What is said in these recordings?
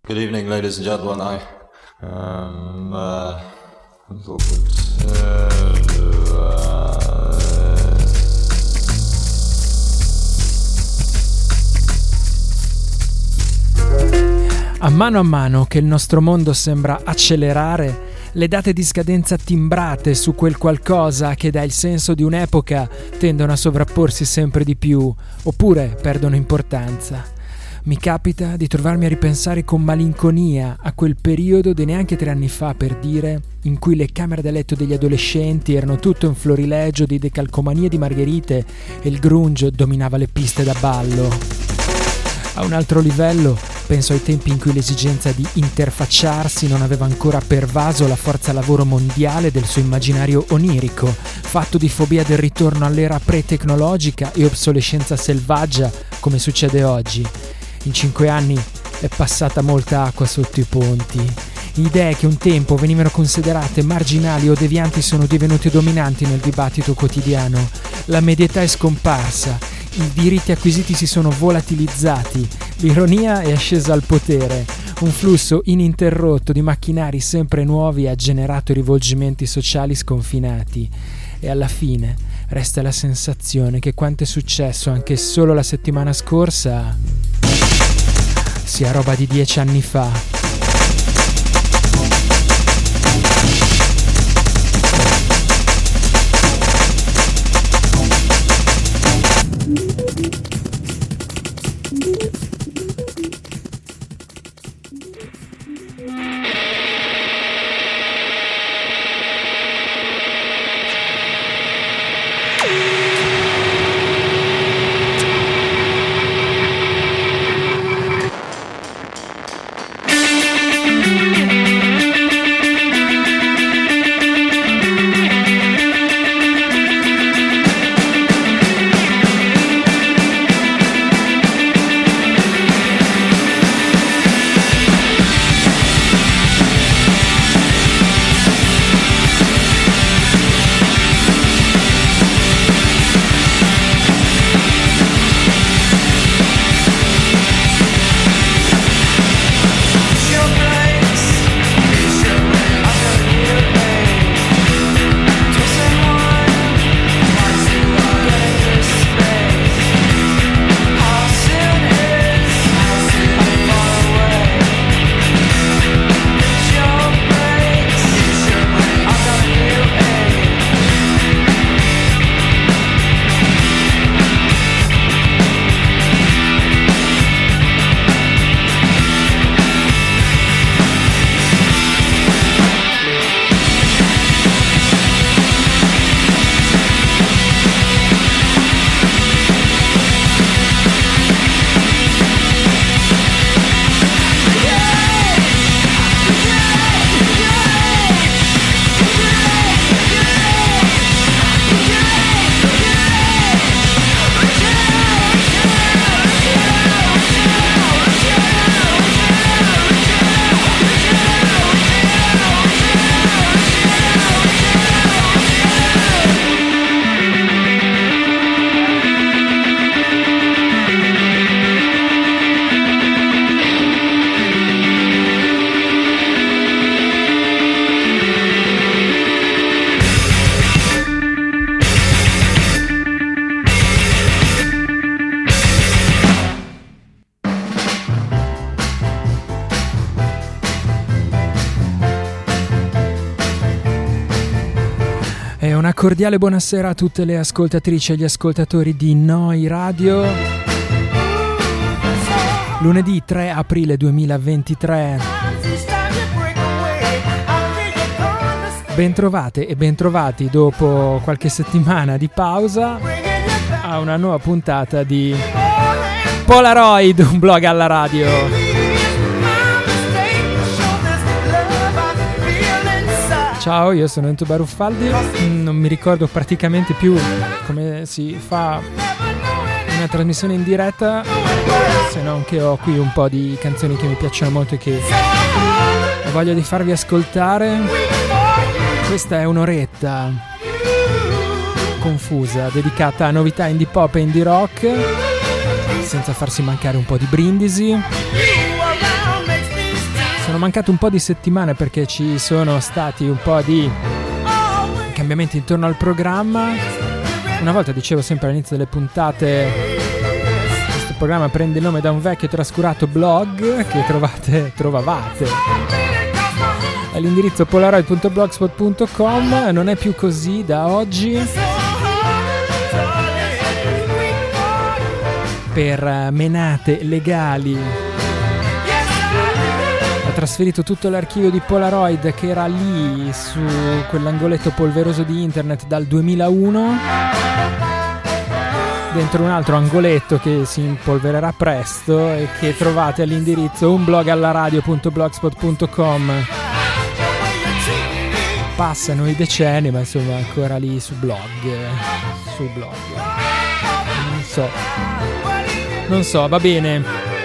Good evening, ladies and gentlemen. A mano che il nostro mondo sembra accelerare, le date di scadenza timbrate su quel qualcosa che dà il senso di un'epoca tendono a sovrapporsi sempre di più, oppure perdono importanza. Mi capita di trovarmi a ripensare con malinconia a quel periodo di neanche 3 anni fa, per dire, in cui le camere da letto degli adolescenti erano tutto un florilegio di decalcomanie di margherite e il grunge dominava le piste da ballo. A un altro livello, penso ai tempi in cui l'esigenza di interfacciarsi non aveva ancora pervaso la forza lavoro mondiale del suo immaginario onirico, fatto di fobia del ritorno all'era pre-tecnologica e obsolescenza selvaggia, come succede oggi. In 5 anni è passata molta acqua sotto i ponti. Idee che un tempo venivano considerate marginali o devianti sono divenute dominanti nel dibattito quotidiano. La medietà è scomparsa, i diritti acquisiti si sono volatilizzati, l'ironia è ascesa al potere. Un flusso ininterrotto di macchinari sempre nuovi ha generato rivolgimenti sociali sconfinati. E alla fine resta la sensazione che quanto è successo anche solo la settimana scorsa sia roba di 10 anni fa. Una cordiale buonasera a tutte le ascoltatrici e gli ascoltatori di Noi Radio. Lunedì 3 aprile 2023. Bentrovate e bentrovati dopo qualche settimana di pausa a una nuova puntata di Polaroid, un blog alla radio. Ciao, io sono Enzo Baruffaldi, non mi ricordo praticamente più come si fa una trasmissione in diretta, se non che ho qui un po' di canzoni che mi piacciono molto e che ho voglia di farvi ascoltare. Questa è un'oretta confusa, dedicata a novità indie pop e indie rock, senza farsi mancare un po' di brindisi. Sono mancate un po' di settimane perché ci sono stati un po' di cambiamenti intorno al programma. Una volta dicevo sempre all'inizio delle puntate, questo programma prende il nome da un vecchio trascurato blog che trovavate all'indirizzo polaroid.blogspot.com. Non è più così da oggi. Per menate legali ha trasferito tutto l'archivio di Polaroid che era lì su quell'angoletto polveroso di internet dal 2001 dentro un altro angoletto che si impolvererà presto e che trovate all'indirizzo unblogallaradio.blogspot.com. Passano i decenni, ma insomma ancora lì su blog. Non so, va bene.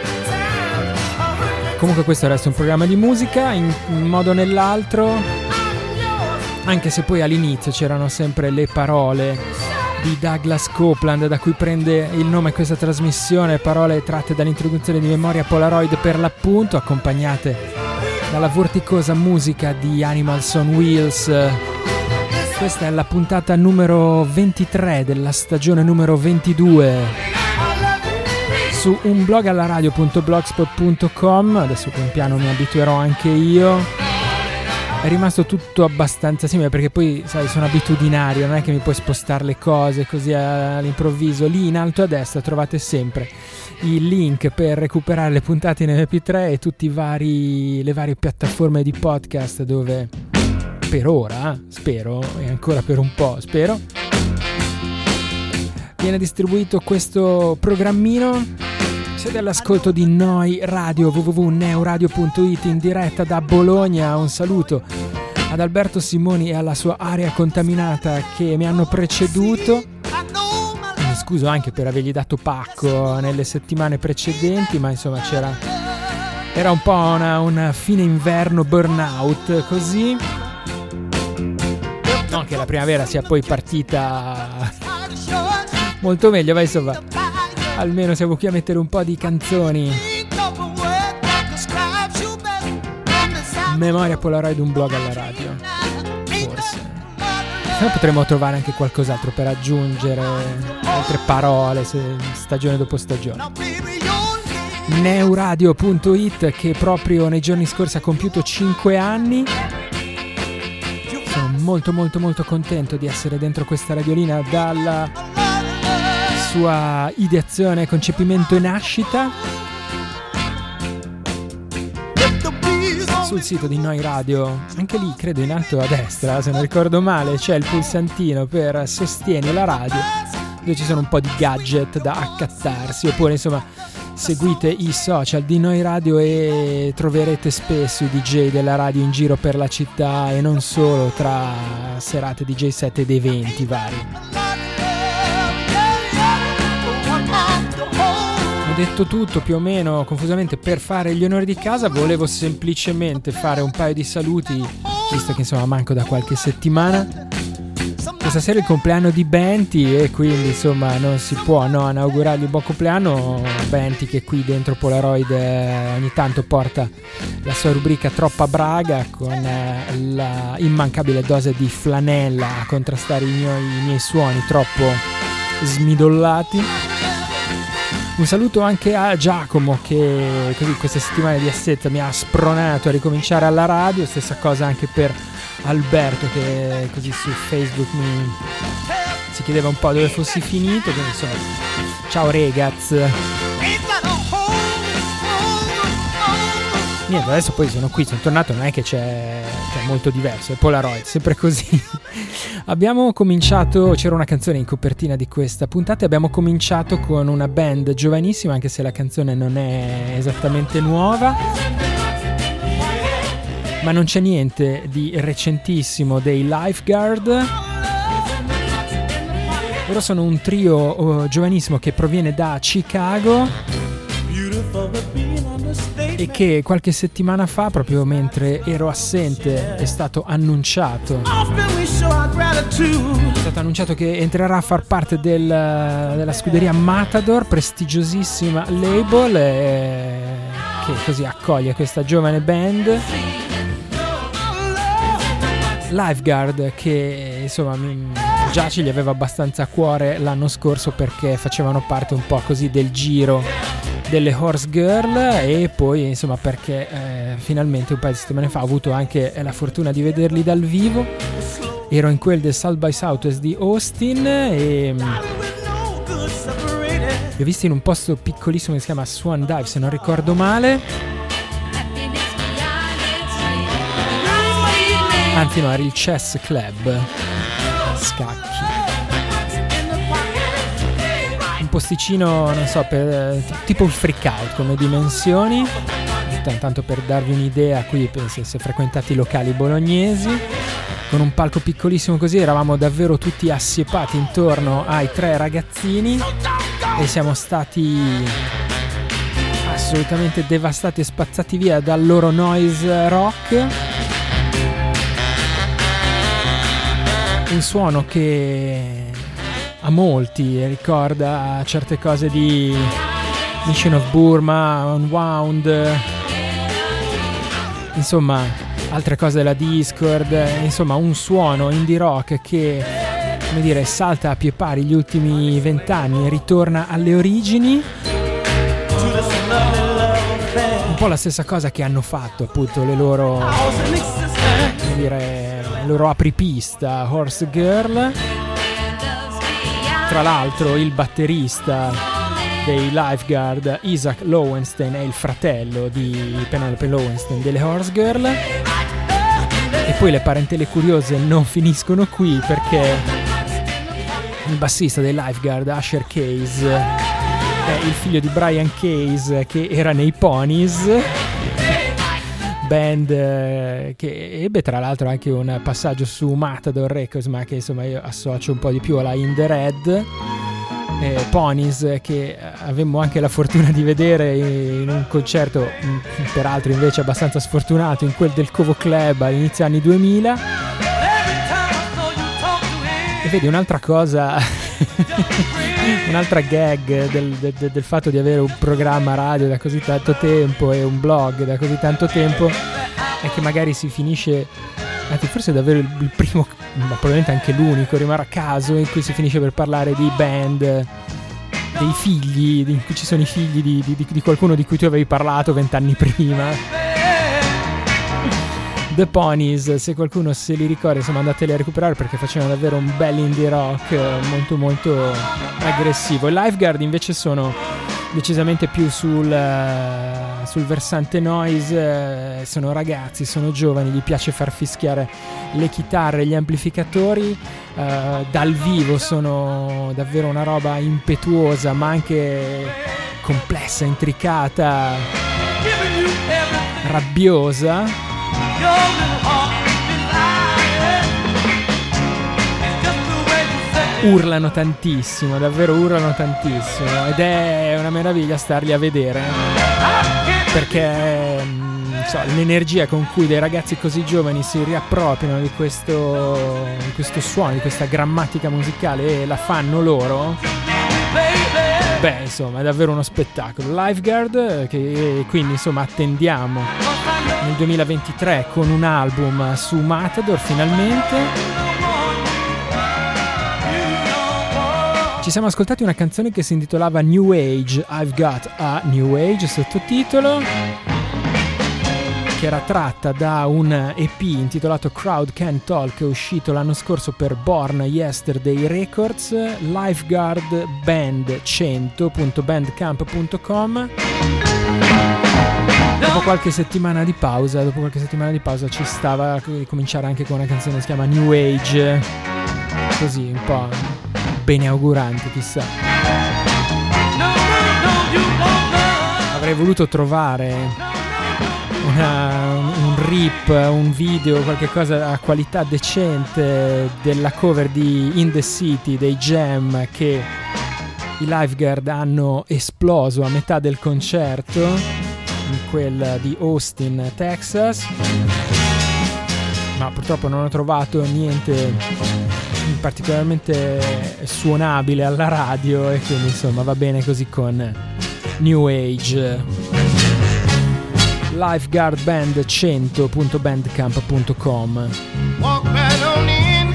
Comunque questo resta un programma di musica in un modo o nell'altro, anche se poi all'inizio c'erano sempre le parole di Douglas Copeland da cui prende il nome questa trasmissione, parole tratte dall'introduzione di Memoria Polaroid per l'appunto, accompagnate dalla vorticosa musica di Animals on Wheels. Questa è la puntata numero 23 della stagione numero 22 su unblogallaradio.blogspot.com. Adesso pian piano mi abituerò anche io. È rimasto tutto abbastanza simile perché poi sai sono abitudinario, non è che mi puoi spostare le cose così all'improvviso. Lì in alto a destra trovate sempre il link per recuperare le puntate in MP3 e tutte le varie piattaforme di podcast dove per ora, spero, e ancora per un po', spero, viene distribuito questo programmino. Siete all'ascolto di Noi Radio, www.neuradio.it, in diretta da Bologna. Un saluto ad Alberto Simoni e alla sua area contaminata che mi hanno preceduto. Mi scuso anche per avergli dato pacco nelle settimane precedenti, ma insomma era un po' una fine inverno burnout così. Non che la primavera sia poi partita molto meglio, ma insomma almeno siamo qui a mettere un po' di canzoni. Memoria Polaroid, un blog alla radio. Forse. Se no potremmo trovare anche qualcos'altro per aggiungere, altre parole, stagione dopo stagione. Neuradio.it, che proprio nei giorni scorsi ha compiuto 5 anni. Sono molto molto molto contento di essere dentro questa radiolina dalla sua ideazione, concepimento e nascita. Sul sito di Noi Radio, anche lì credo in alto a destra se non ricordo male, c'è il pulsantino per sostieni la radio, dove ci sono un po' di gadget da accattarsi, oppure insomma seguite i social di Noi Radio e troverete spesso i DJ della radio in giro per la città e non solo, tra serate DJ set ed eventi vari. Ho detto tutto più o meno confusamente per fare gli onori di casa. Volevo semplicemente fare un paio di saluti, visto che insomma manco da qualche settimana. Questa sera è il compleanno di Benti e quindi insomma non si può non augurargli buon compleanno. Benti che qui dentro Polaroid ogni tanto porta la sua rubrica Troppa Braga con la immancabile dose di flanella a contrastare i miei suoni troppo smidollati. Un saluto anche a Giacomo che così queste settimane di assenza mi ha spronato a ricominciare alla radio. Stessa cosa anche per Alberto che così su Facebook si chiedeva un po' dove fossi finito. Quindi insomma, ciao ragazzi. Niente, adesso poi sono qui, sono tornato, non è che c'è molto diverso, è Polaroid, sempre così. Abbiamo cominciato, c'era una canzone in copertina di questa puntata, abbiamo cominciato con una band giovanissima, anche se la canzone non è esattamente nuova, ma non c'è niente di recentissimo dei Lifeguard. Loro sono un trio giovanissimo che proviene da Chicago e che qualche settimana fa, proprio mentre ero assente, è stato annunciato che entrerà a far parte della scuderia Matador, prestigiosissima label, che così accoglie questa giovane band. Lifeguard, che insomma già ci gli aveva abbastanza a cuore l'anno scorso, perché facevano parte un po' così del giro delle Horse Girl, e poi insomma perché finalmente un paio di settimane fa ho avuto anche la fortuna di vederli dal vivo. Ero in quel del South by Southwest di Austin e li ho visti in un posto piccolissimo che si chiama Swan Dive, se non ricordo male. Anzi no, era il Chess Club Scacchi, un posticino, non so, tipo un freak out come dimensioni, tanto per darvi un'idea. Qui se frequentate i locali bolognesi, con un palco piccolissimo così, eravamo davvero tutti assiepati intorno ai 3 ragazzini e siamo stati assolutamente devastati e spazzati via dal loro noise rock. Un suono che a molti ricorda certe cose di Mission of Burma, Unwound, insomma altre cose della Discord, insomma un suono indie rock che, come dire, salta a pie pari gli ultimi 20 anni e ritorna alle origini. Un po' la stessa cosa che hanno fatto appunto le loro, come dire, il loro apripista Horse Girl. Tra l'altro il batterista dei Lifeguard, Isaac Lowenstein, è il fratello di Penelope Lowenstein delle Horse Girl. E poi le parentele curiose non finiscono qui, perché il bassista dei Lifeguard, Asher Case, è il figlio di Brian Case, che era nei Ponies, band che ebbe tra l'altro anche un passaggio su Matador Records, ma che insomma io associo un po' di più alla In The Red. Ponies, che avemmo anche la fortuna di vedere in un concerto, peraltro invece abbastanza sfortunato, in quel del Covo Club all'inizio anni 2000. E vedi un'altra cosa un'altra gag del fatto di avere un programma radio da così tanto tempo e un blog da così tanto tempo, è che magari si finisce, anzi forse davvero il primo, ma probabilmente anche l'unico, rimarrà a caso, in cui si finisce per parlare di band, dei figli, in cui ci sono i figli di qualcuno di cui tu avevi parlato 20 anni prima. The Ponies, se qualcuno se li ricorda, insomma andateli a recuperare, perché facevano davvero un bel indie rock molto molto aggressivo. I Lifeguard invece sono decisamente più sul versante noise, sono ragazzi, sono giovani, gli piace far fischiare le chitarre, gli amplificatori, dal vivo sono davvero una roba impetuosa, ma anche complessa, intricata, rabbiosa. Urlano tantissimo, davvero urlano tantissimo, ed è una meraviglia starli a vedere, perché l'energia con cui dei ragazzi così giovani si riappropriano di questo suono, di questa grammatica musicale, e la fanno loro, beh insomma è davvero uno spettacolo. Lifeguard, che quindi insomma attendiamo nel 2023 con un album su Matador finalmente. Ci siamo ascoltati una canzone che si intitolava New Age, I've Got a New Age, sottotitolo, che era tratta da un EP intitolato Crowd Can Talk, uscito l'anno scorso per Born Yesterday Records, Lifeguard Band 100.bandcamp.com. Dopo qualche settimana di pausa ci stava a cominciare anche con una canzone che si chiama New Age, così un po' beneaugurante, chissà. Avrei voluto trovare un rip, un video, qualche cosa a qualità decente della cover di In The City dei Jam, che i Lifeguard hanno esploso a metà del concerto, in quel di Austin, Texas, ma purtroppo non ho trovato niente particolarmente suonabile alla radio, e quindi insomma va bene così con New Age. lifeguardband100.bandcamp.com. Walk right on in,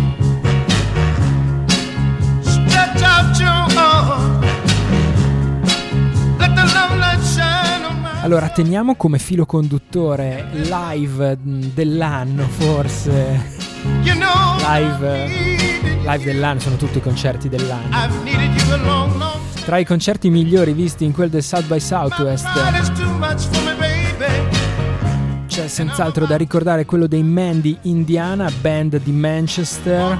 stretch out your arm, let the love light shine on my... Allora, teniamo come filo conduttore live dell'anno, forse. You know, Live dell'anno, sono tutti i concerti dell'anno. I've needed you a long, long Tra i concerti migliori visti in quel del South by Southwest c'è senz'altro da ricordare quello dei Mandy Indiana, band di Manchester,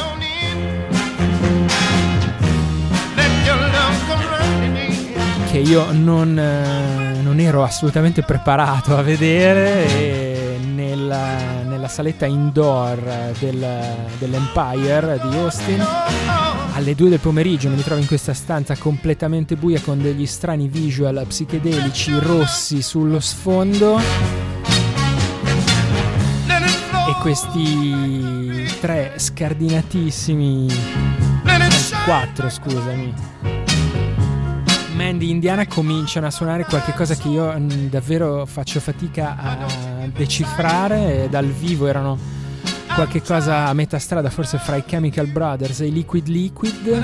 che io non ero assolutamente preparato a vedere, e nella saletta indoor dell'Empire di Austin alle 2 del pomeriggio mi trovo in questa stanza completamente buia con degli strani visual psichedelici rossi sullo sfondo e questi 3 scardinatissimi, 4 scusami, Mandy Indiana cominciano a suonare qualche cosa che io davvero faccio fatica a decifrare, e dal vivo erano qualche cosa a metà strada, forse fra i Chemical Brothers e i Liquid Liquid.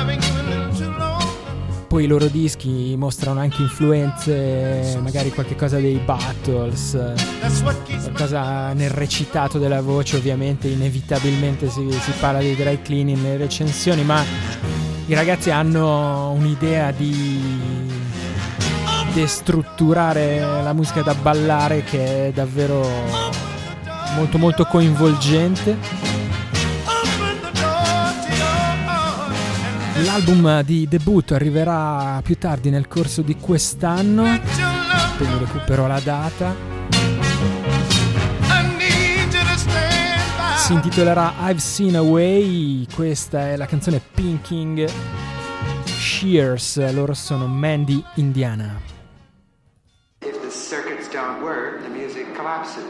Poi i loro dischi mostrano anche influenze, magari qualche cosa dei Battles, qualcosa nel recitato della voce. Ovviamente inevitabilmente si parla dei dry cleaning nelle recensioni, ma i ragazzi hanno un'idea di destrutturare la musica da ballare che è davvero molto molto coinvolgente. L'album di debutto arriverà più tardi nel corso di quest'anno, quindi recupero la data. Si intitolerà I've Seen a Way. Questa è la canzone Pinking Shears, loro sono Mandy Indiana. If the circuits don't work, the music collapses.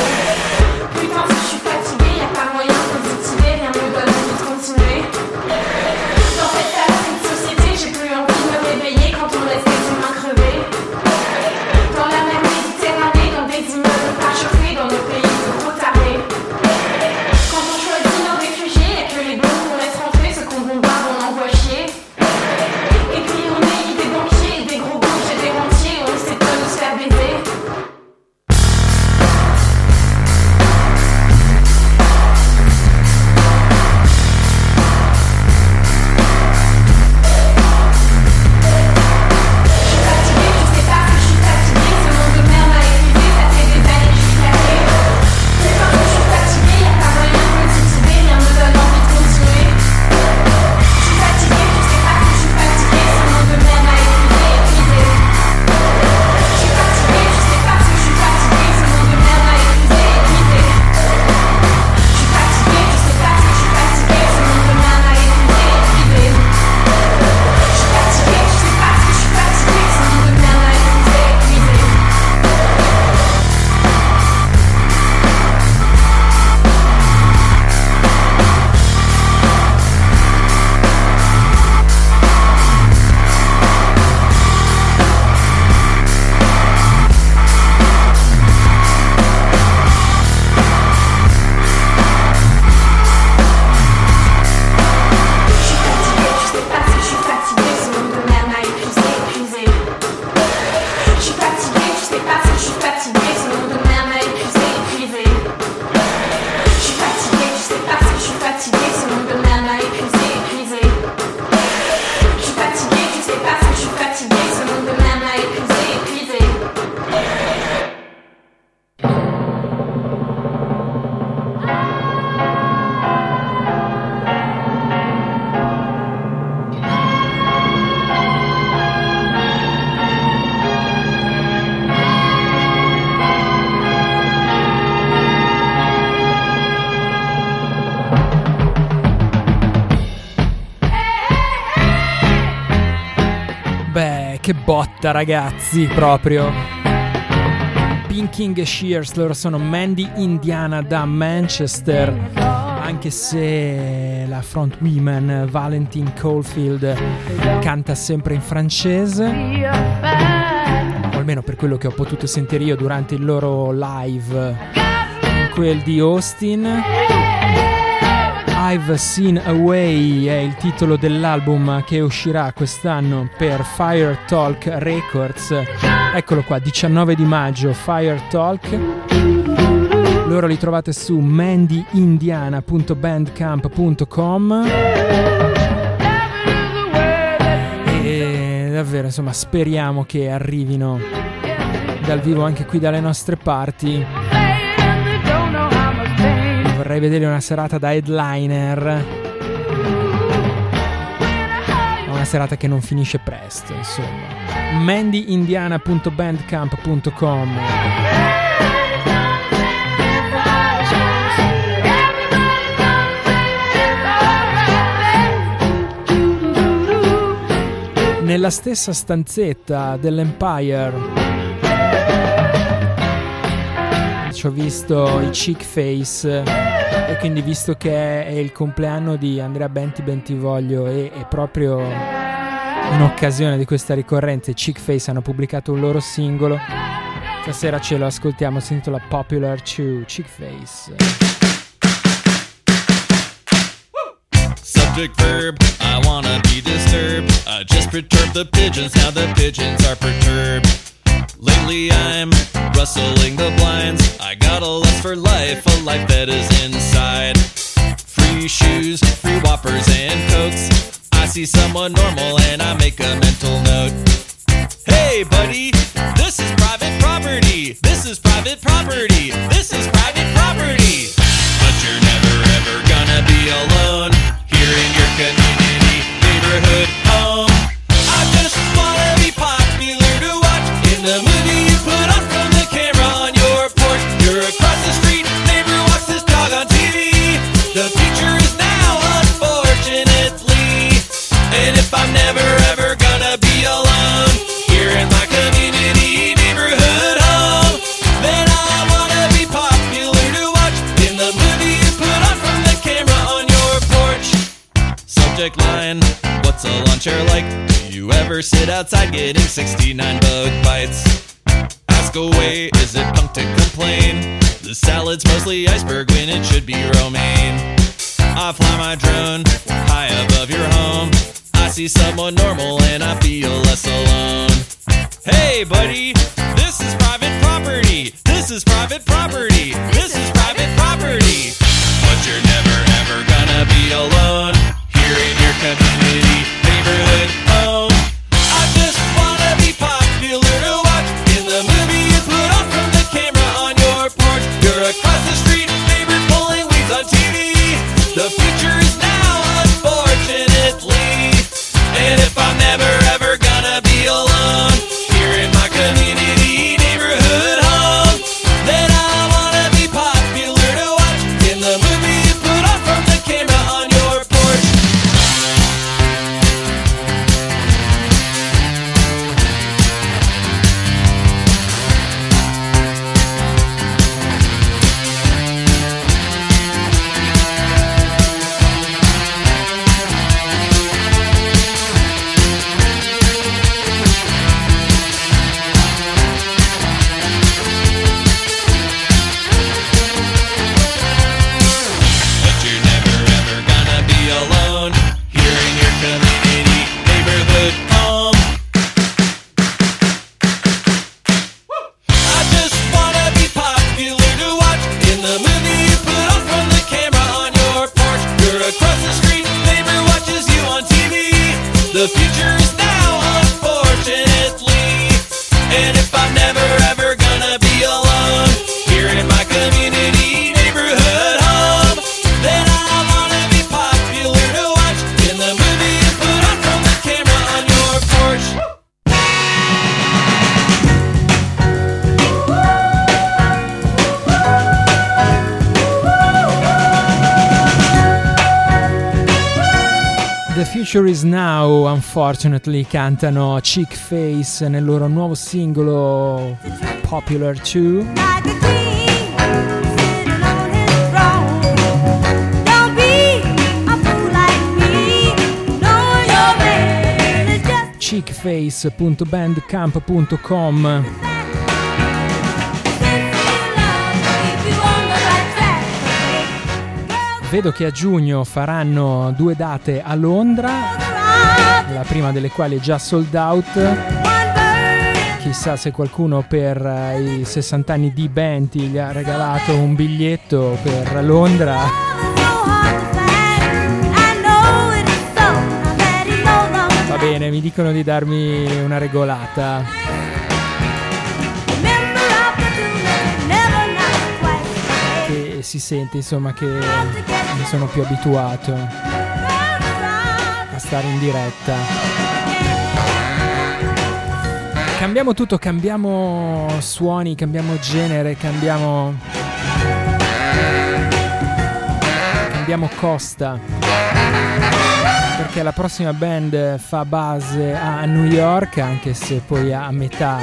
Putain, si je suis fatiguée, y'a pas moyen de positiver, rien me donne envie de continuer. che botta, ragazzi, proprio. Pinking e Shears, loro sono Mandy Indiana da Manchester, anche se la frontwoman Valentine Caulfield canta sempre in francese, o almeno per quello che ho potuto sentire io durante il loro live, quel di Austin. I've Seen a Way è il titolo dell'album che uscirà quest'anno per Fire Talk Records. Eccolo qua, 19 di maggio, Fire Talk. Loro li trovate su mandyindiana.bandcamp.com. E davvero, insomma, speriamo che arrivino dal vivo anche qui dalle nostre parti. Vorrei vedere una serata da headliner, una serata che non finisce presto, insomma. mandyindiana.bandcamp.com. Nella stessa stanzetta dell'Empire ci ho visto i Chick Face, e quindi, visto che è il compleanno di Andrea Bentivoglio e proprio in occasione di questa ricorrenza i Chick Face hanno pubblicato un loro singolo, stasera ce lo ascoltiamo, si intitola Popular 2, Chick Face. Subject verb, I wanna be disturbed. I just perturbed the pigeons, now the pigeons are perturbed. Lately I'm rustling the blinds. I got a lust for life, a life that is inside. Free shoes, free whoppers and cokes. I see someone normal and I make a mental note. Hey buddy, this is private property. This is private property. This is private property. But you're never ever gonna be alone here in your community, neighborhood home. I just wanna be popular to watch in the movie you put on from the camera on your porch. You're across the street, neighbor walks his dog on TV. The future is now, unfortunately. And if I'm never ever gonna be alone here in my community, neighborhood home, then I wanna be popular to watch in the movie you put on from the camera on your porch. Subject line, what's a lawn chair like? Do you ever sit outside getting 69 bug bites? Ask away, is it punk to complain? The salad's mostly iceberg when it should be romaine. I fly my drone high above your home. I see someone normal and I feel less alone. Hey buddy, this is private property. This is private property. This is private property. But you're never ever gonna be alone here in your community, neighborhood home. I just wanna be popular to watch in the movie you put on from the camera on your porch. You're across the street, neighbor pulling weeds on TV. The future is now, unfortunately. And if I'm never ever gonna be alone here in my community, neighborhood home, then I wanna be popular to watch in the movie you put on from the camera on your porch. The Future Is Now, unfortunately, cantano Chick Face nel loro nuovo singolo Popular 2. chickface.bandcamp.com. Vedo che a giugno faranno 2 date a Londra, la prima delle quali è già sold out. Chissà se qualcuno per i 60 anni di Benty gli ha regalato un biglietto per Londra. Va bene, mi dicono di darmi una regolata. Si sente insomma che mi sono più abituato a stare in diretta. Cambiamo tutto, cambiamo suoni, cambiamo genere, cambiamo costa, perché la prossima band fa base a New York, anche se poi a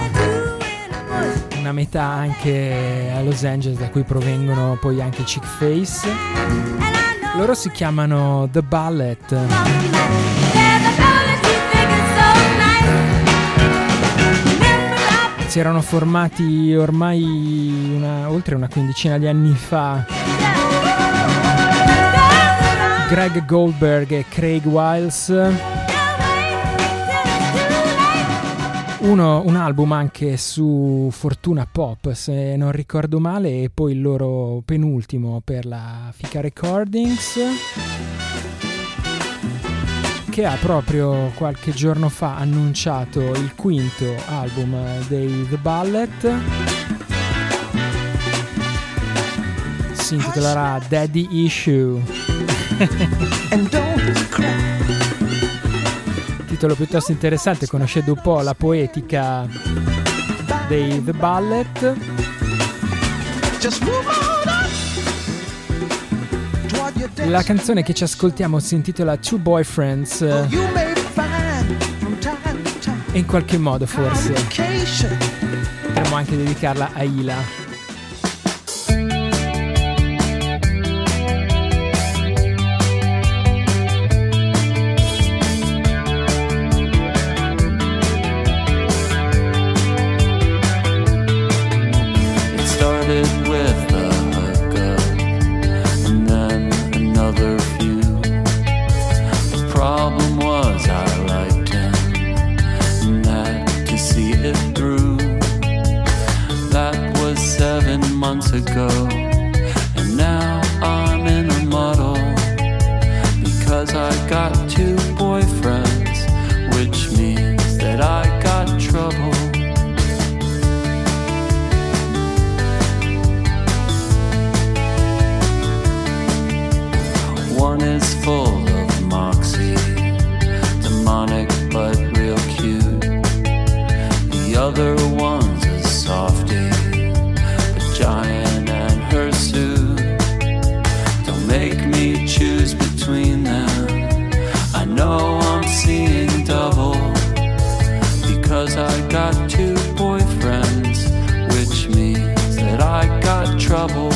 una metà anche a Los Angeles, da cui provengono poi anche Chick Face. Loro si chiamano The Ballet. Si erano formati ormai oltre una quindicina di anni fa. Greg Goldberg e Craig Wiles. Un album anche su Fortuna Pop, se non ricordo male, e poi il loro penultimo per la Fica Recordings, che ha proprio qualche giorno fa annunciato il quinto album dei The Ballet. Si intitolerà Daddy Issue. Titolo piuttosto interessante, conoscendo un po' la poetica dei The Ballet. La canzone che ci ascoltiamo si intitola Two Boyfriends e in qualche modo forse potremmo anche dedicarla a Ila. Ago, and now I'm in a muddle because I got 2 boyfriends, which means that I got trouble. One is full of moxie, demonic but real cute. The other one's a softie, giant and her suit. Don't make me choose between them. I know I'm seeing double because I got 2 boyfriends, which means that I got trouble.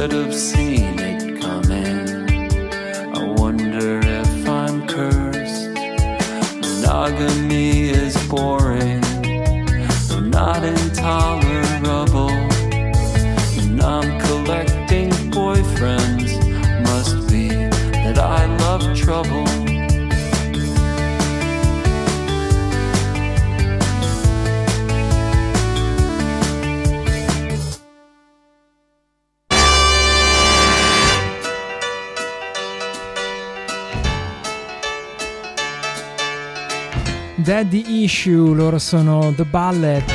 should have seen it coming. I wonder if I'm cursed. Monogamy is boring, though not intolerable. And I'm collecting boyfriends. Must be that I love trouble. Daddy Issue, loro sono The Ballet.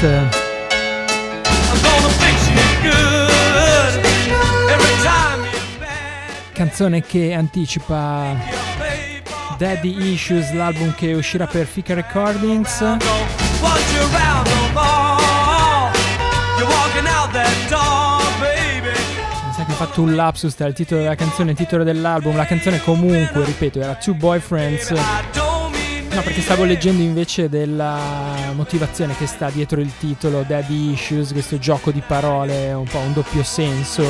Canzone che anticipa Daddy Issues, l'album che uscirà per Fika Recordings. Mi sa che ho fatto un lapsus tra il titolo della canzone e il titolo dell'album. La canzone comunque, ripeto, era Two Boyfriends. No, perché stavo leggendo invece della motivazione che sta dietro il titolo Daddy Issues, questo gioco di parole, un po' un doppio senso,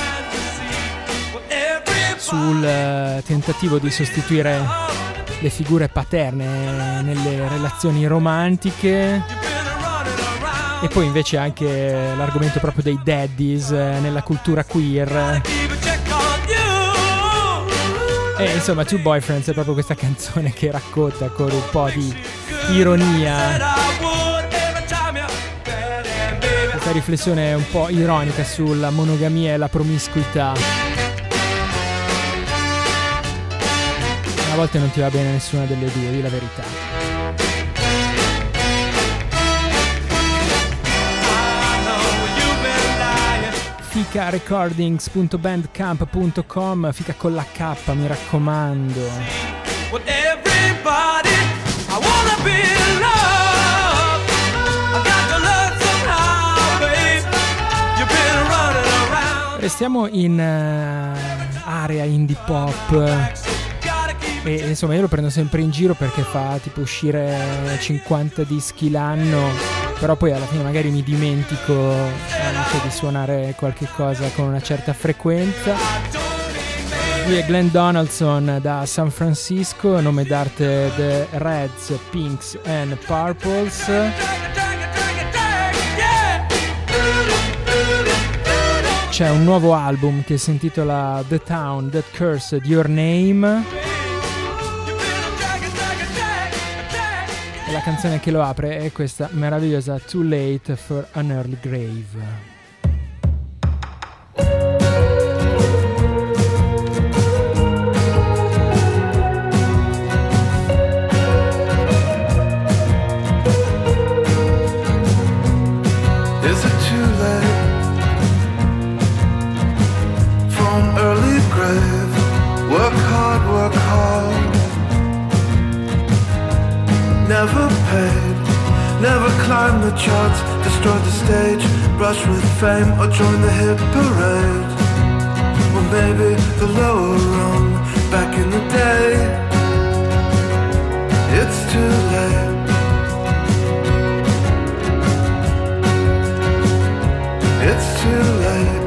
sul tentativo di sostituire le figure paterne nelle relazioni romantiche, e poi invece anche l'argomento proprio dei daddies nella cultura queer. E insomma, Two Boyfriends è proprio questa canzone che racconta con un po' di ironia questa riflessione un po' ironica sulla monogamia e la promiscuità. A volte non ti va bene nessuna delle due, di la verità. FikaRecordings.bandcamp.com, Fika con la K, mi raccomando. Restiamo in area indie pop. E insomma, io lo prendo sempre in giro perché fa tipo uscire 50 dischi l'anno, però poi alla fine magari mi dimentico anche di suonare qualche cosa con una certa frequenza. Lui è Glenn Donaldson da San Francisco, nome d'arte The Reds, Pinks and Purples. C'è un nuovo album che si intitola The Town That Cursed Your Name. La canzone che lo apre è questa meravigliosa Too Late for an Early Grave. Is it too late for an early grave? Work hard, work hard. Never paid, never climbed the charts, destroyed the stage, brushed with fame, or joined the hit parade. Or maybe the lower rung, back in the day. It's too late. It's too late.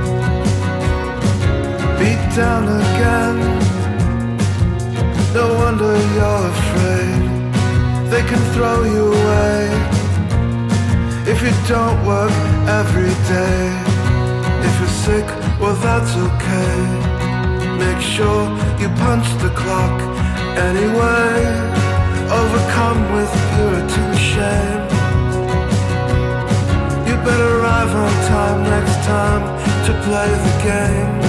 Beat down again. No wonder you're afraid. They can throw you away if you don't work every day. If you're sick, well that's okay. Make sure you punch the clock anyway. Overcome with Puritan shame. You better arrive on time next time to play the game.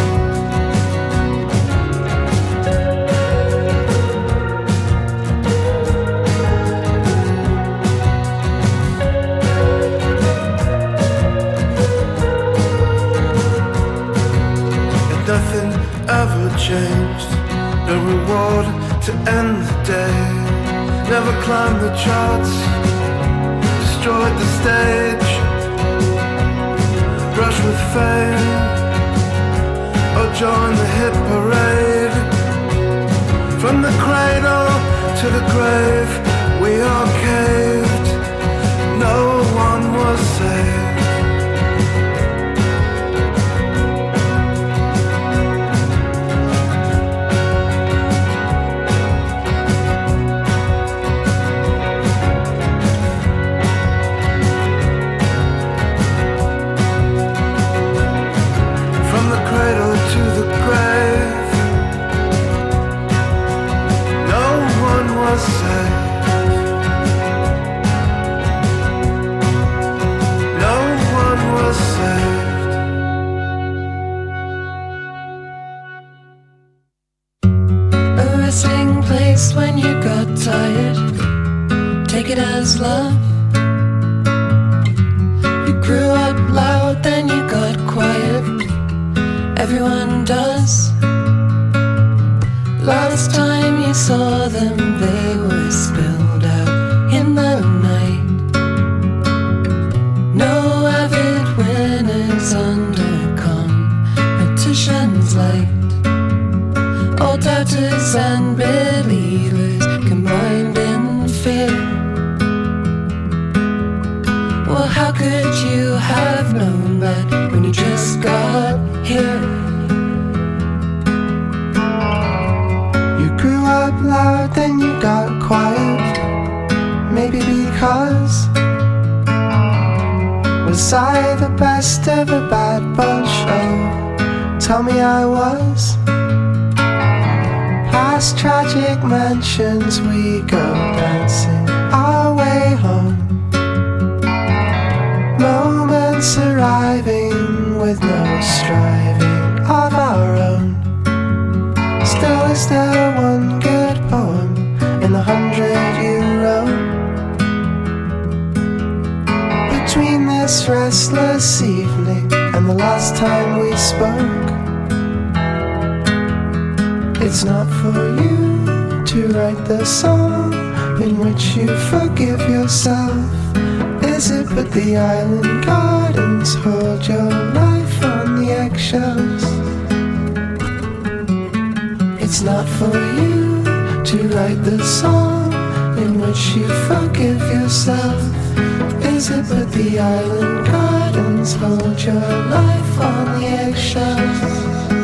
Nothing ever changed, no reward to end the day. Never climbed the charts, destroyed the stage, brushed with fame, or joined the hit parade. From the cradle to the grave, we all caved, no one was saved. face when you got tired. Take it as love. You grew up loud, then you got quiet. Everyone does. Last time you saw them, they were spilled out in the night. No avid winners under competition's light. Old doubters and believers combined in fear. Well, how could you have known that when you just got here? You grew up loud, then you got quiet. Maybe because was I the best of a bad bunch? Oh, tell me I was. Past tragic mansions we go dancing our way home. Moments arriving with no striving of our own. Still, is there one good poem in the 100 you wrote? Between this restless evening and the last time we spoke, it's not for you to write the song in which you forgive yourself. Is it but the island gardens hold your life on the eggshells? It's not for you to write the song in which you forgive yourself. Is it but the island gardens hold your life on the eggshells?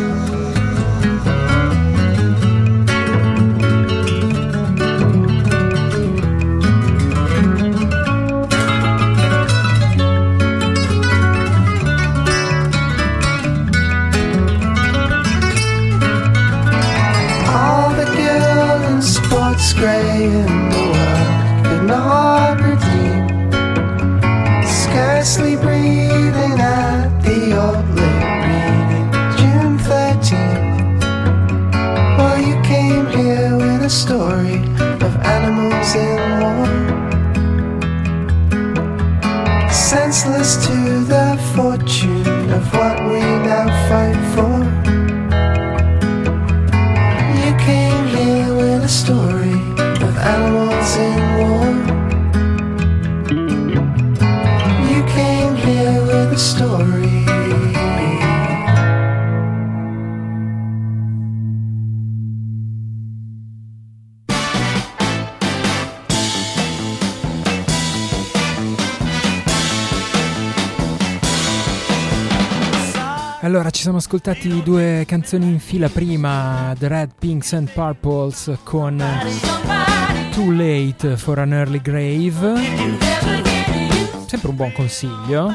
Grey in the world could not redeem. Scarcely breathing at the old late reading, June 13th. Well, you came here with a story of animals in war, senseless to the fortune of what we now fight for. You came here with a story of animals in war. You came here with a story. Allora, ci siamo ascoltati due canzoni in fila prima, The Red Pinks and Purples con Too Late for an Early Grave, sempre un buon consiglio.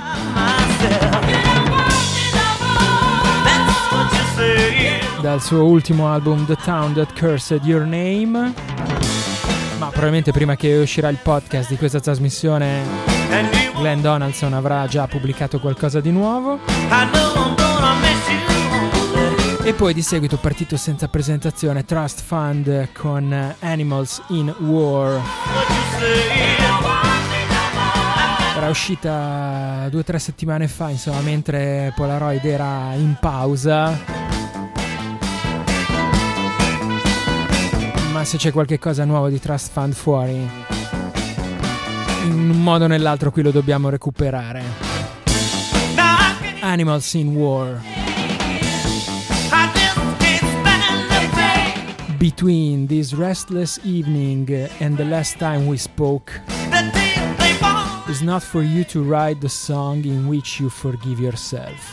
Dal suo ultimo album The Town That Cursed Your Name, ma probabilmente prima che uscirà il podcast di questa trasmissione Glenn Donaldson avrà già pubblicato qualcosa di nuovo. E poi di seguito, partito senza presentazione, Trust Fund con Animals in War. Era uscita 2 o 3 settimane fa, insomma, mentre Polaroid era in pausa. Ma se c'è qualche cosa nuovo di Trust Fund fuori, in un modo o nell'altro qui lo dobbiamo recuperare. Animals in War. Between this restless evening and the last time we spoke, it's not for you to write the song in which you forgive yourself.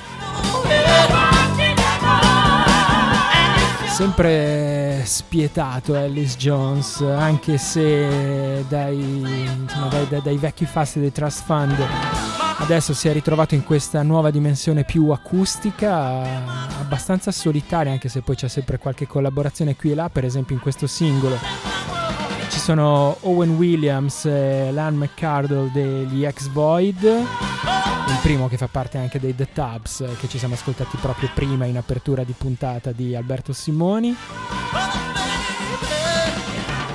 Sempre spietato Ellis Jones, anche se dai vecchi fasti dei Trust Fund adesso si è ritrovato in questa nuova dimensione più acustica, abbastanza solitaria, anche se poi c'è sempre qualche collaborazione qui e là. Per esempio in questo singolo ci sono Owen Williams e Lan McCardle degli Ex-Void, il primo che fa parte anche dei The Tubs, che ci siamo ascoltati proprio prima in apertura di puntata di Alberto Simoni.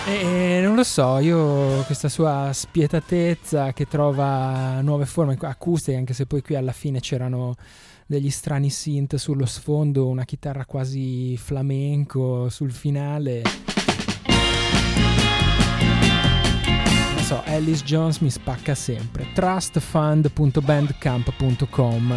E non lo so, io questa sua spietatezza che trova nuove forme acustiche, anche se poi qui alla fine c'erano degli strani synth sullo sfondo, una chitarra quasi flamenco sul finale. Non so, Alice Jones mi spacca sempre. Trustfund.bandcamp.com.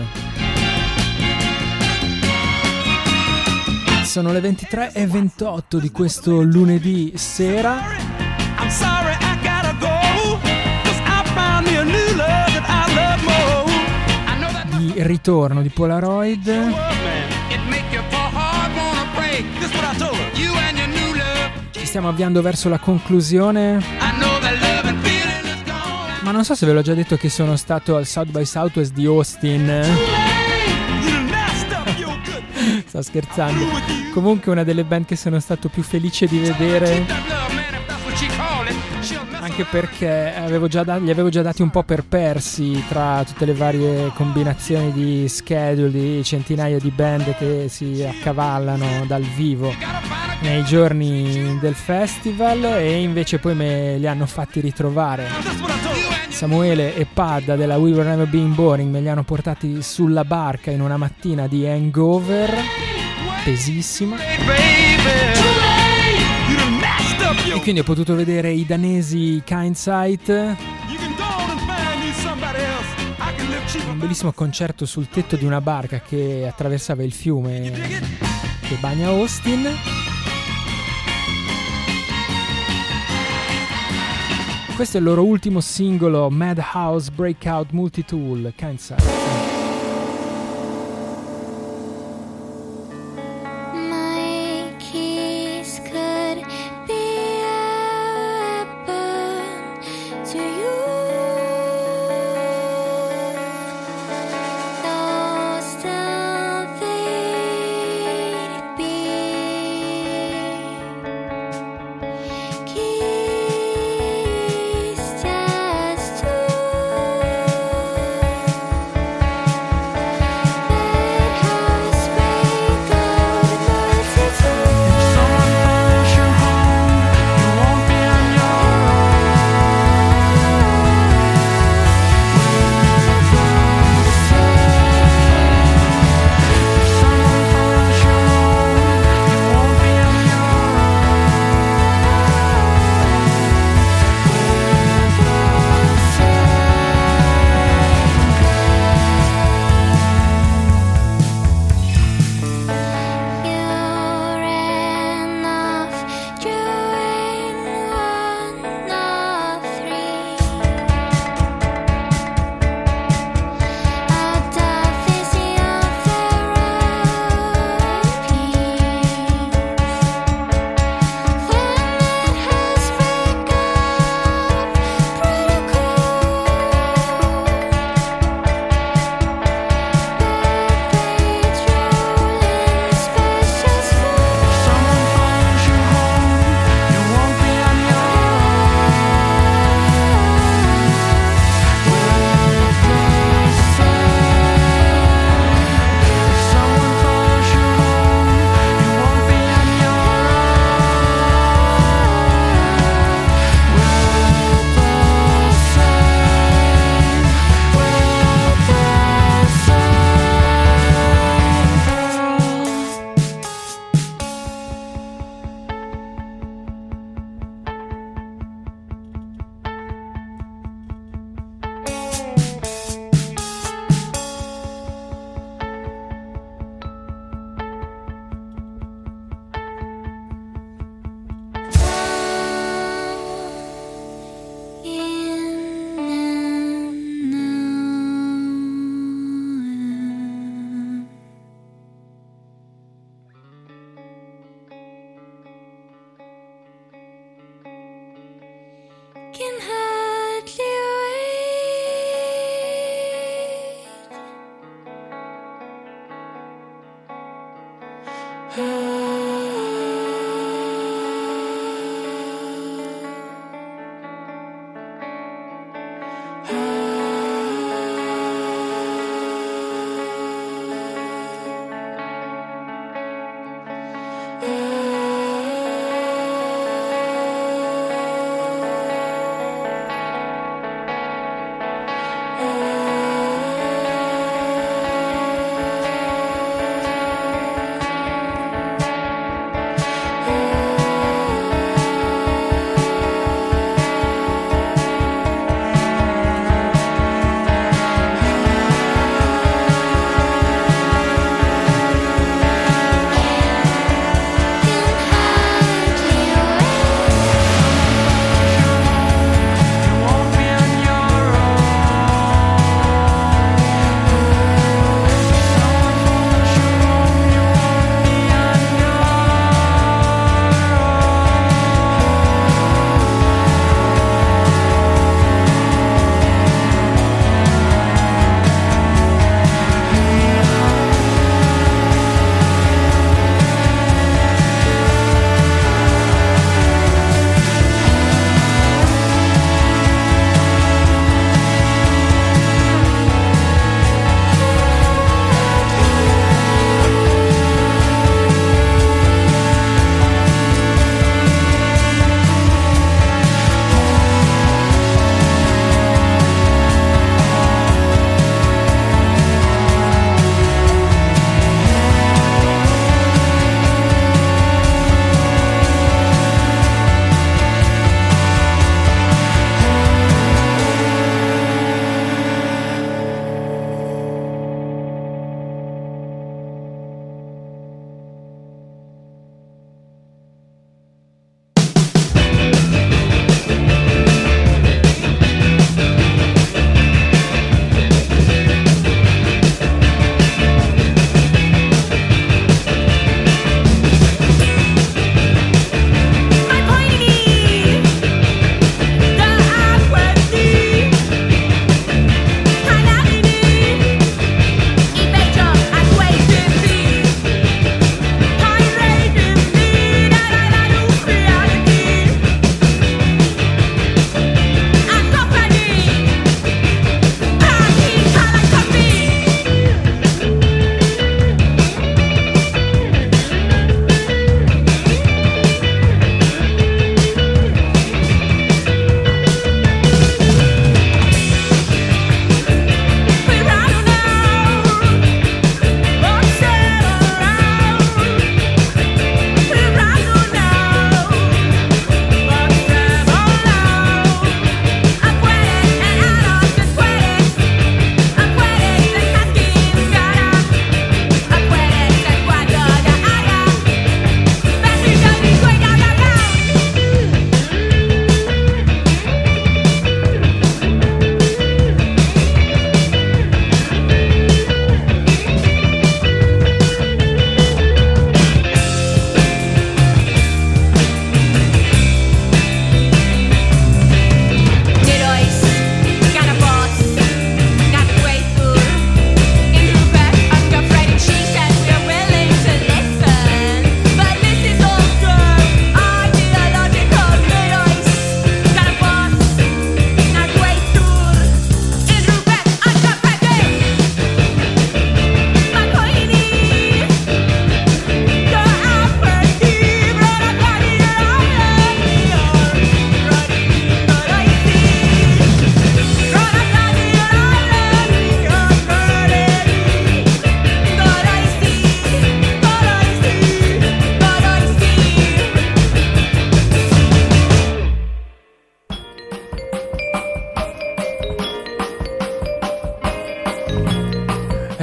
Sono le 23:28 di questo lunedì sera. I'm sorry, I gotta go, 'cause I found me a new love that I love more. I know that Di ritorno di Polaroid. it make your heart wanna break. This is what I told her. You and your new love. Ci stiamo avviando verso la conclusione. I know that love and feeling is gone. Ma non so se ve l'ho già detto che sono stato al South by Southwest di Austin. You messed up your good. Sto scherzando. Comunque una delle band che sono stato più felice di vedere, Keep that love, man, if that's what she call it. She'll mess anche perché gli avevo già dati un po' per persi tra tutte le varie combinazioni di schedule di centinaia di band che si accavallano dal vivo nei giorni del festival, e invece poi me li hanno fatti ritrovare. That's what I told her. Samuele e Padda della We Were Never Been Boring me li hanno portati sulla barca in una mattina di hangover pesissima, Hey, baby. You done messed up your. e quindi ho potuto vedere i danesi Kindsight, You can go on and find you somebody else. I can live cheaper. un bellissimo concerto sul tetto di una barca che attraversava il fiume che bagna Austin. Questo è il loro ultimo singolo, Madhouse Breakout Multitool, Kindsight. My kiss could be a weapon to you. Though still they'd be. Kiss just to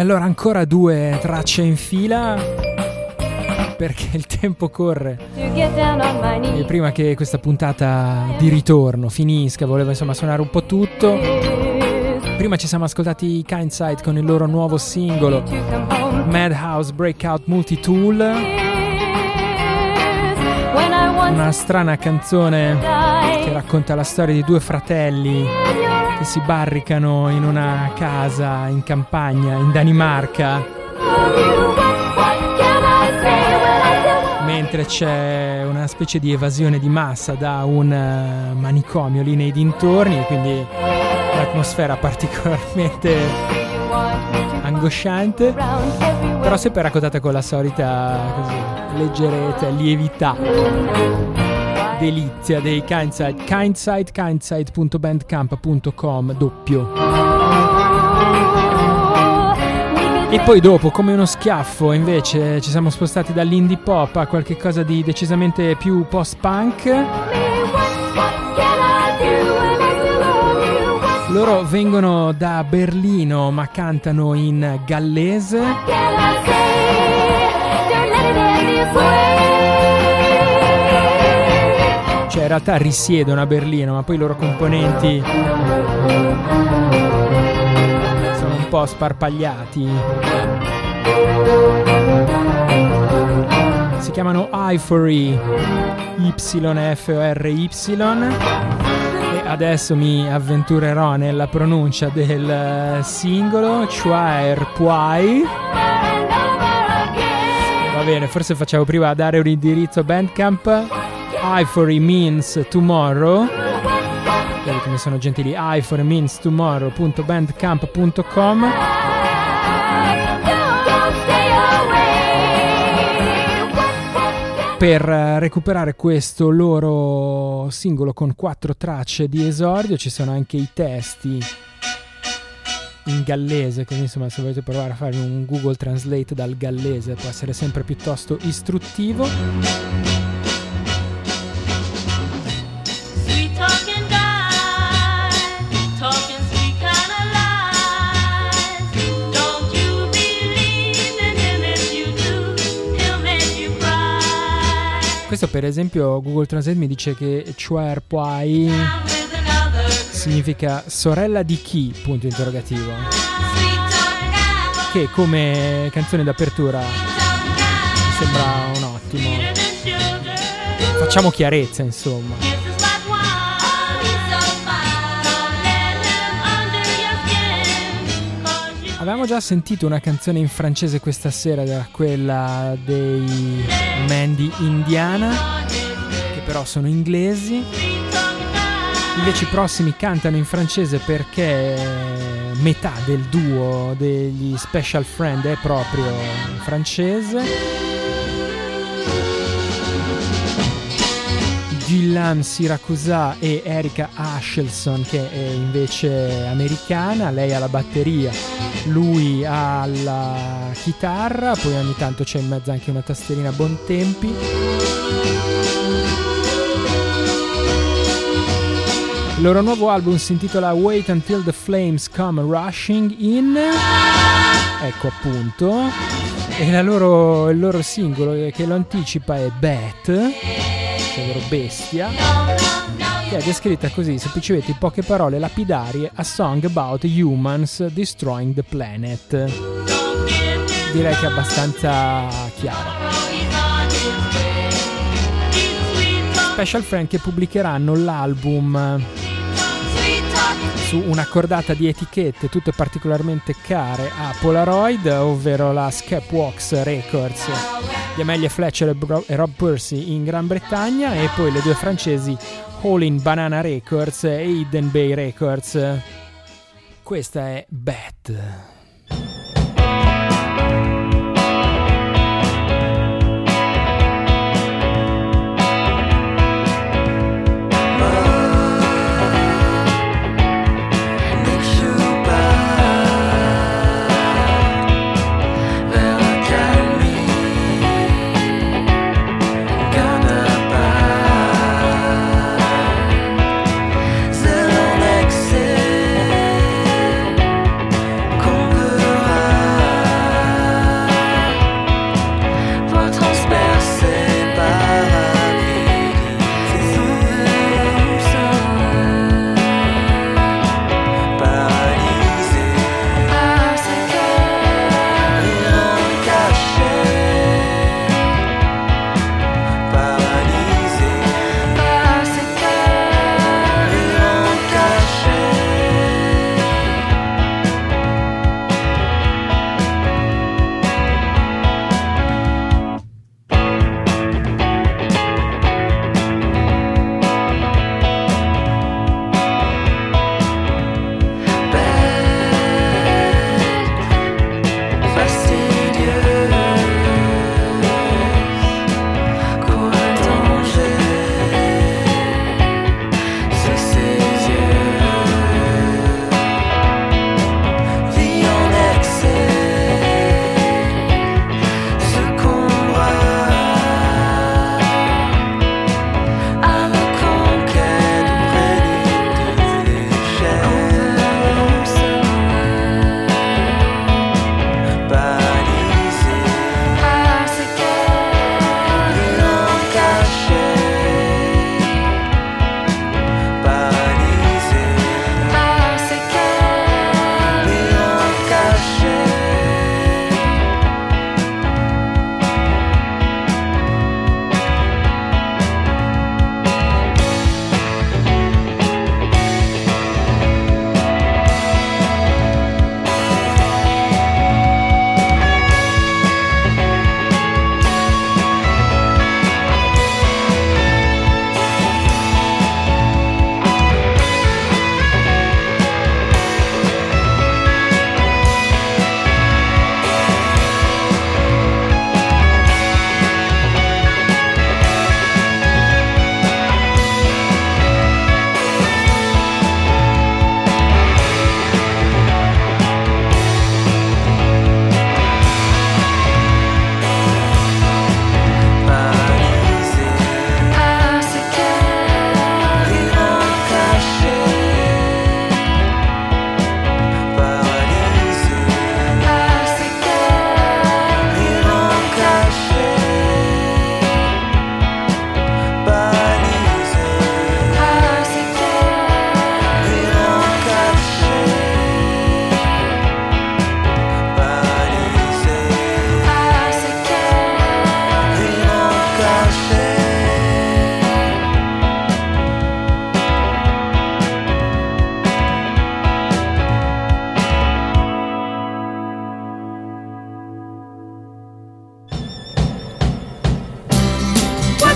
allora ancora 2 tracce in fila perché il tempo corre e prima che questa puntata di ritorno finisca volevo insomma suonare un po' tutto. Prima ci siamo ascoltati i Kindside con il loro nuovo singolo Madhouse Breakout Multitool, una strana canzone che racconta la storia di 2 fratelli che si barricano in una casa in campagna in Danimarca mentre c'è una specie di evasione di massa da un manicomio lì nei dintorni, quindi un'atmosfera particolarmente angosciante, però sempre raccontata con la solita così, leggerezza, lievità, delizia dei Kindside. Kindside.bandcamp.com doppio. E poi dopo, come uno schiaffo, invece ci siamo spostati dall'indie pop a qualche cosa di decisamente più post-punk. Loro vengono da Berlino ma cantano in gallese. Cioè in realtà risiedono a Berlino, ma poi i loro componenti sono un po' sparpagliati. Si chiamano Ifory, YFORY, e adesso mi avventurerò nella pronuncia del singolo Choir Puai. Va bene, forse facciamo prima a dare un indirizzo Bandcamp. Ifory means tomorrow. Vedete come sono gentili. Ifory means tomorrow.bandcamp.com. Per recuperare questo loro singolo con 4 tracce di esordio ci sono anche i testi in gallese, quindi insomma se volete provare a fare un Google Translate dal gallese può essere sempre piuttosto istruttivo. Questo per esempio Google Translate mi dice che Choir Puai significa sorella di chi? Punto interrogativo. Che come canzone d'apertura mi sembra un ottimo. Facciamo chiarezza insomma. Avevamo già sentito una canzone in francese questa sera, era quella dei Mandy Indiana, che però sono inglesi. Invece i prossimi cantano in francese perché metà del duo degli Special Friend è proprio francese. Gillian Siracusa e Erika Ashelson, che è invece americana, lei alla batteria, lui alla chitarra, poi ogni tanto c'è in mezzo anche una tastierina Bontempi. Il loro nuovo album si intitola Wait Until the Flames Come Rushing In, ecco appunto, e il loro singolo che lo anticipa è Bat, ovvero bestia, che è descritta così, semplicemente in poche parole lapidarie: a song about humans destroying the planet. Direi che è abbastanza chiaro. Special Friend che pubblicheranno l'album su una cordata di etichette tutte particolarmente care a Polaroid, ovvero la Skepwax Records di Amelia Fletcher e Rob Percy in Gran Bretagna, e poi le 2 francesi Howlin' Banana Records e Hidden Bay Records. Questa è Bat. Con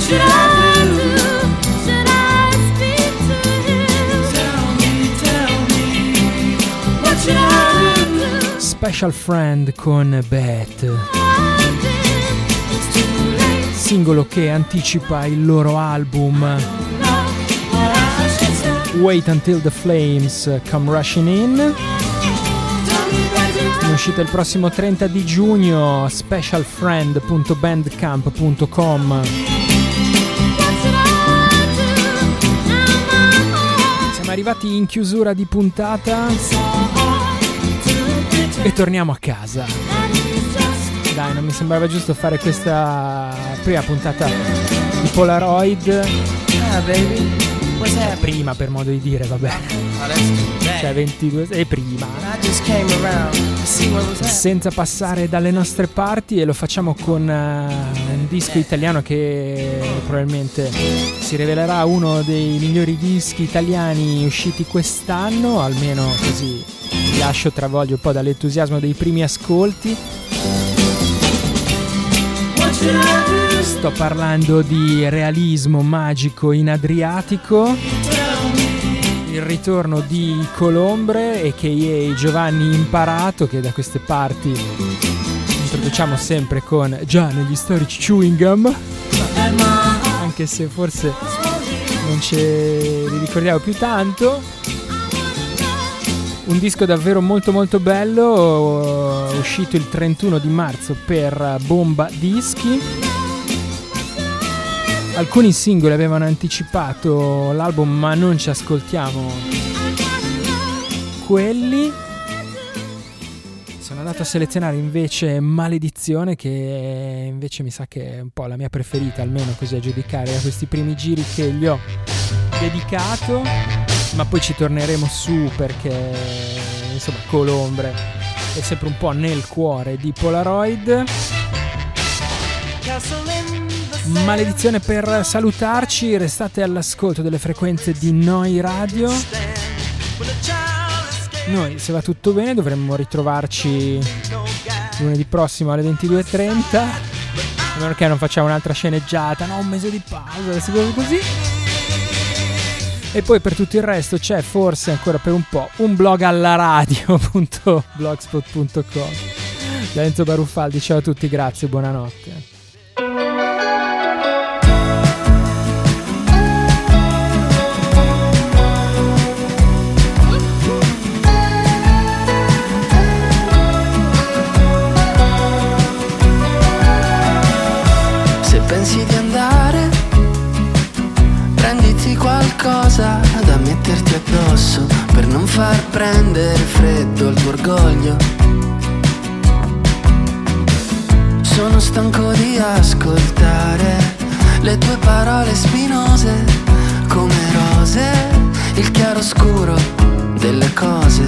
should I do? Should I speak to him? Tell me, what should I do? Special Friend con Beth, singolo che anticipa il loro album Wait Until the Flames Come Rushing In, in uscita il prossimo 30 di giugno. specialfriend.bandcamp.com. Siamo arrivati in chiusura di puntata e torniamo a casa. Dai, non mi sembrava giusto fare questa prima puntata di Polaroid. Baby. Prima, per modo di dire, vabbè. Cioè 22 e prima. Senza passare dalle nostre parti, e lo facciamo con un disco italiano che probabilmente si rivelerà uno dei migliori dischi italiani usciti quest'anno, almeno così vi lascio travolgere un po' dall'entusiasmo dei primi ascolti. Sto parlando di realismo magico in Adriatico, il ritorno di Colombre a.k.a. Giovanni Imparato, che da queste parti introduciamo sempre con già negli storici Chewing Gum, anche se forse non ce li ricordiamo più tanto. Un disco davvero molto molto bello, uscito il 31 di marzo per Bomba Dischi. Alcuni singoli avevano anticipato l'album, ma non ci ascoltiamo quelli. Sono andato a selezionare invece Maledizione, che invece mi sa che è un po' la mia preferita, almeno così a giudicare da questi primi giri che gli ho dedicato. Ma poi ci torneremo su perché insomma Colombre è sempre un po' nel cuore di Polaroid. Maledizione per salutarci, restate all'ascolto delle frequenze di Noi Radio. Noi, se va tutto bene, dovremmo ritrovarci lunedì prossimo alle 22:30, a meno che non facciamo un'altra sceneggiata, no, un mese di pausa, sicuro così. E poi per tutto il resto c'è forse ancora per un po' un blog alla radio.blogspot.com. Da Enzo Baruffaldi, ciao a tutti, grazie, buonanotte. Se pensi di andare, prenditi qualcosa da metterti addosso per non far prendere freddo al tuo orgoglio. Sono stanco di ascoltare le tue parole spinose come rose, il chiaroscuro delle cose.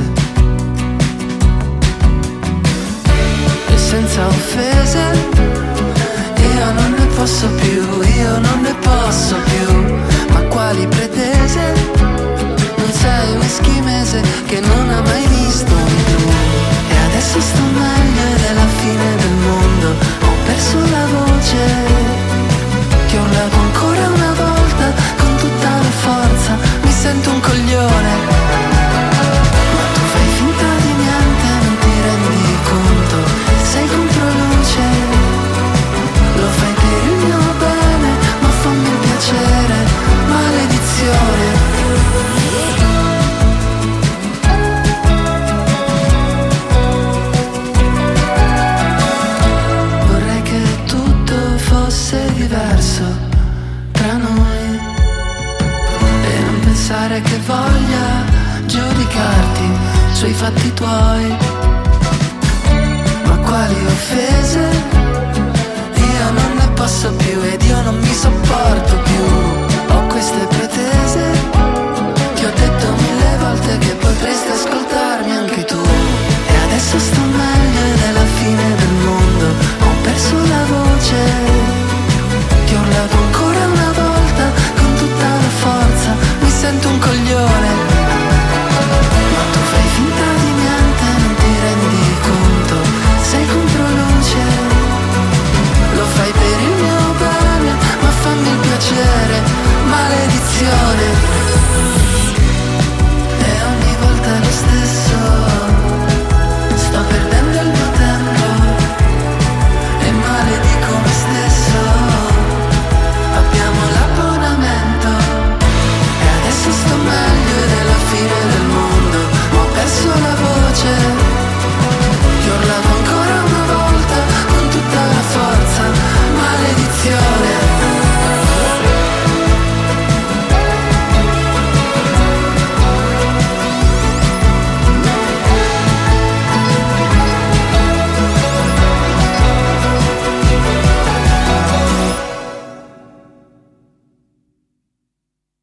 E senza offese, io non ne posso più, io non ne posso più. Ma quali pretese? Non sei un eschimese che non ha mai visto un blu. E adesso sto meglio ed è la fine del mondo. Ho perso la voce, ti urlavo ancora una volta con tutta la forza. Mi sento un coglione, ma tu fai finta di niente, non ti rendi conto. Sei contro luce, lo fai per il mio bene, ma fammi il piacere. Maledizione. Vorrei che tutto fosse diverso tra noi e non pensare che voglia giudicarti sui fatti tuoi. Ma quali offese? Io non ne posso più ed io non mi sopporto più. Ho queste pretese